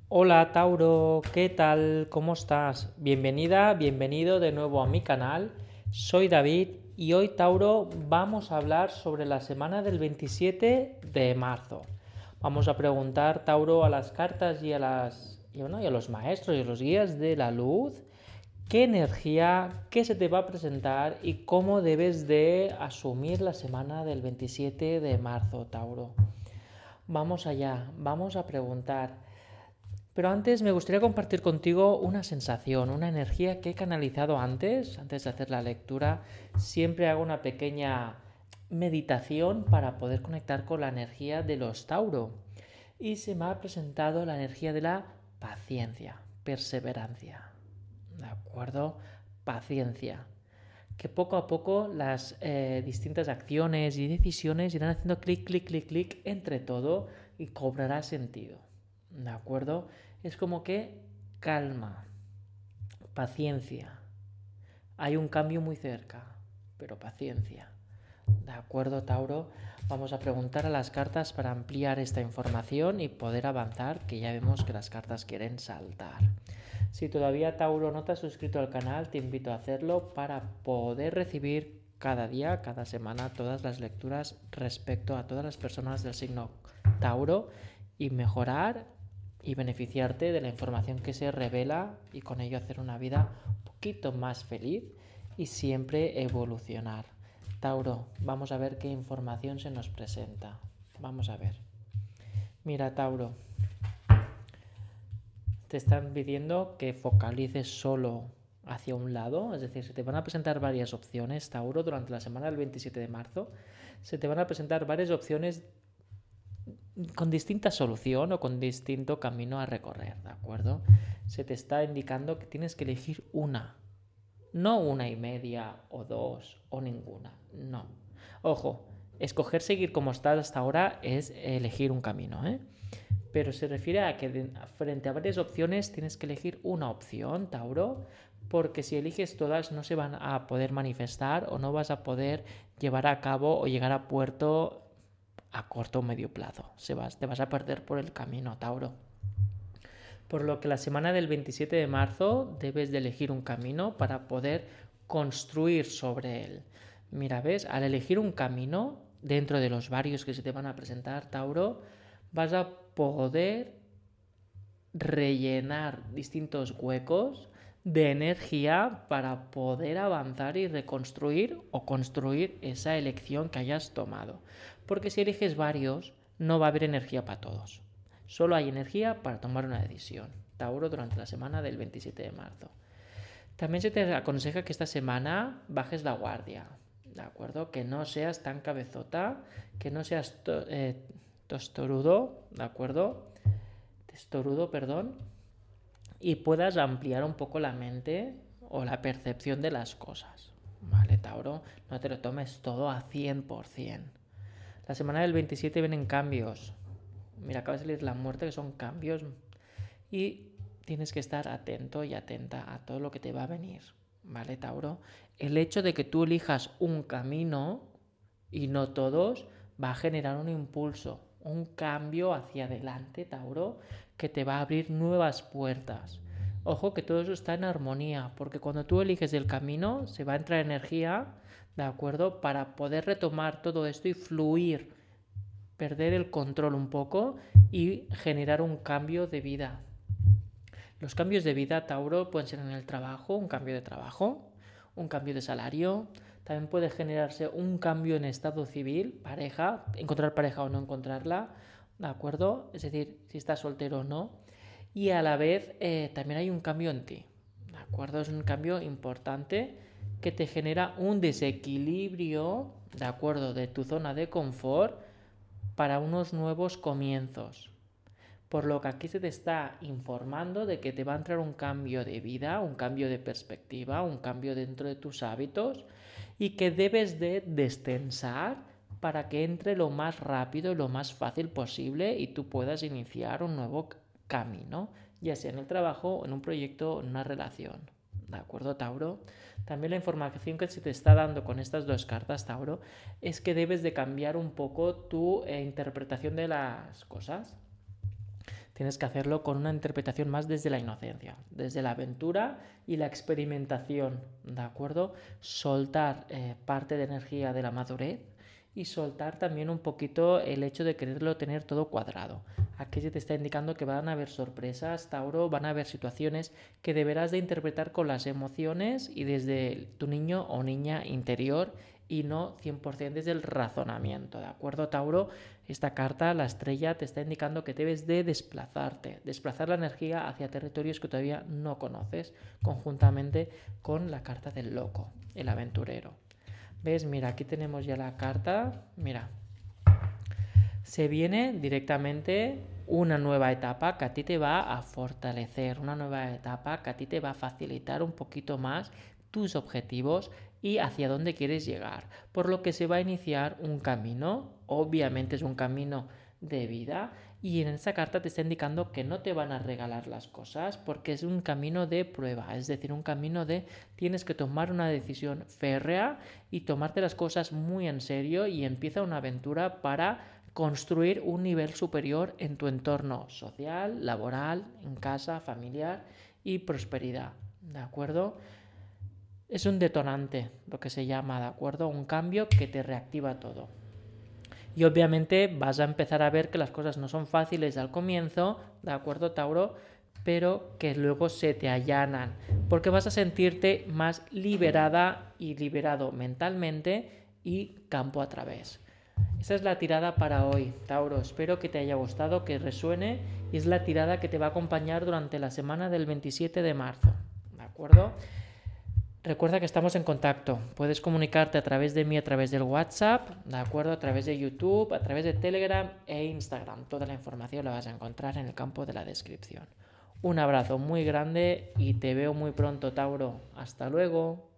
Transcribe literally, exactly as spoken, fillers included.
Hola Tauro, ¿qué tal? ¿Cómo estás? Bienvenida, bienvenido de nuevo a mi canal. Soy David y hoy Tauro vamos a hablar sobre la semana del veintisiete de marzo. Vamos a preguntar Tauro a las cartas y a las y, bueno, y a los maestros y a los guías de la luz qué energía, qué se te va a presentar y cómo debes de asumir la semana del veintisiete de marzo, Tauro. Vamos allá, vamos a preguntar. Pero antes me gustaría compartir contigo una sensación, una energía que he canalizado antes, antes de hacer la lectura. Siempre hago una pequeña meditación para poder conectar con la energía de los Tauro. Y se me ha presentado la energía de la paciencia, perseverancia. ¿De acuerdo? Paciencia. Que poco a poco las eh, distintas acciones y decisiones irán haciendo clic, clic, clic, clic entre todo y cobrará sentido. ¿De acuerdo? Es como que calma, paciencia. Hay un cambio muy cerca, pero paciencia. ¿De acuerdo, Tauro? Vamos a preguntar a las cartas para ampliar esta información y poder avanzar, que ya vemos que las cartas quieren saltar. Si todavía Tauro no te has suscrito al canal, te invito a hacerlo para poder recibir cada día, cada semana, todas las lecturas respecto a todas las personas del signo Tauro y mejorar y beneficiarte de la información que se revela y con ello hacer una vida un poquito más feliz y siempre evolucionar. Tauro, vamos a ver qué información se nos presenta. Vamos a ver. Mira, Tauro, te están pidiendo que focalices solo hacia un lado, es decir, se te van a presentar varias opciones, Tauro, durante la semana del veintisiete de marzo. Se te van a presentar varias opciones con distinta solución o con distinto camino a recorrer, ¿de acuerdo? Se te está indicando que tienes que elegir una, no una y media o dos o ninguna, no. Ojo, escoger seguir como estás hasta ahora es elegir un camino, ¿eh? Pero se refiere a que frente a varias opciones tienes que elegir una opción, Tauro, porque si eliges todas no se van a poder manifestar o no vas a poder llevar a cabo o llegar a puerto a corto o medio plazo. Se vas, te vas a perder por el camino, Tauro. Por lo que la semana del veintisiete de marzo debes de elegir un camino para poder construir sobre él. Mira, ¿ves? Al elegir un camino, dentro de los varios que se te van a presentar, Tauro, vas a poder rellenar distintos huecos de energía para poder avanzar y reconstruir o construir esa elección que hayas tomado. Porque si eliges varios, no va a haber energía para todos. Solo hay energía para tomar una decisión. Tauro, durante la semana del veintisiete de marzo. También se te aconseja que esta semana bajes la guardia, ¿de acuerdo? Que no seas tan cabezota, que no seas to eh, tostorudo, ¿de acuerdo? Testorudo, perdón, y puedas ampliar un poco la mente o la percepción de las cosas, ¿vale, Tauro? No te lo tomes todo a cien por ciento. La semana del veintisiete vienen cambios. Mira, acaba de salir la muerte, que son cambios. Y tienes que estar atento y atenta a todo lo que te va a venir, ¿vale, Tauro? El hecho de que tú elijas un camino y no todos va a generar un impulso, un cambio hacia adelante, Tauro, que te va a abrir nuevas puertas. Ojo que todo eso está en armonía, porque cuando tú eliges el camino se va a entrar energía, ¿de acuerdo? Para poder retomar todo esto y fluir, perder el control un poco y generar un cambio de vida. Los cambios de vida, Tauro, pueden ser en el trabajo, un cambio de trabajo, un cambio de salario. También puede generarse un cambio en estado civil, pareja, encontrar pareja o no encontrarla, ¿de acuerdo? Es decir, si estás soltero o no. Y a la vez eh, también hay un cambio en ti, ¿de acuerdo? Es un cambio importante que te genera un desequilibrio, ¿de acuerdo? De tu zona de confort para unos nuevos comienzos. Por lo que aquí se te está informando de que te va a entrar un cambio de vida, un cambio de perspectiva, un cambio dentro de tus hábitos y que debes de destensar para que entre lo más rápido y lo más fácil posible y tú puedas iniciar un nuevo camino, ya sea en el trabajo, en un proyecto o en una relación. ¿De acuerdo, Tauro? También la información que se te está dando con estas dos cartas, Tauro, es que debes de cambiar un poco tu eh, interpretación de las cosas. Tienes que hacerlo con una interpretación más desde la inocencia, desde la aventura y la experimentación, ¿de acuerdo? Soltar eh, parte de energía de la madurez y soltar también un poquito el hecho de quererlo tener todo cuadrado. Aquí se te está indicando que van a haber sorpresas, Tauro, van a haber situaciones que deberás de interpretar con las emociones y desde tu niño o niña interior y no cien por ciento desde el razonamiento, ¿de acuerdo, Tauro? Esta carta, la estrella, te está indicando que debes de desplazarte, desplazar la energía hacia territorios que todavía no conoces, conjuntamente con la carta del loco, el aventurero. ¿Ves? Mira, aquí tenemos ya la carta. Mira, se viene directamente una nueva etapa que a ti te va a fortalecer, una nueva etapa que a ti te va a facilitar un poquito más tus objetivos y hacia dónde quieres llegar. Por lo que se va a iniciar un camino, obviamente es un camino de vida, y en esta carta te está indicando que no te van a regalar las cosas porque es un camino de prueba, es decir, un camino de tienes que tomar una decisión férrea y tomarte las cosas muy en serio y empieza una aventura para construir un nivel superior en tu entorno social, laboral, en casa, familiar y prosperidad, ¿de acuerdo? Es un detonante, lo que se llama, ¿de acuerdo? Un cambio que te reactiva todo. Y obviamente vas a empezar a ver que las cosas no son fáciles al comienzo, ¿de acuerdo, Tauro? Pero que luego se te allanan, porque vas a sentirte más liberada y liberado mentalmente y campo a través. Esa es la tirada para hoy, Tauro. Espero que te haya gustado, que resuene, y es la tirada que te va a acompañar durante la semana del veintisiete de marzo, ¿de acuerdo? Recuerda que estamos en contacto. Puedes comunicarte a través de mí, a través del WhatsApp, ¿de acuerdo? A través de YouTube, a través de Telegram e Instagram. Toda la información la vas a encontrar en el campo de la descripción. Un abrazo muy grande y te veo muy pronto, Tauro. Hasta luego.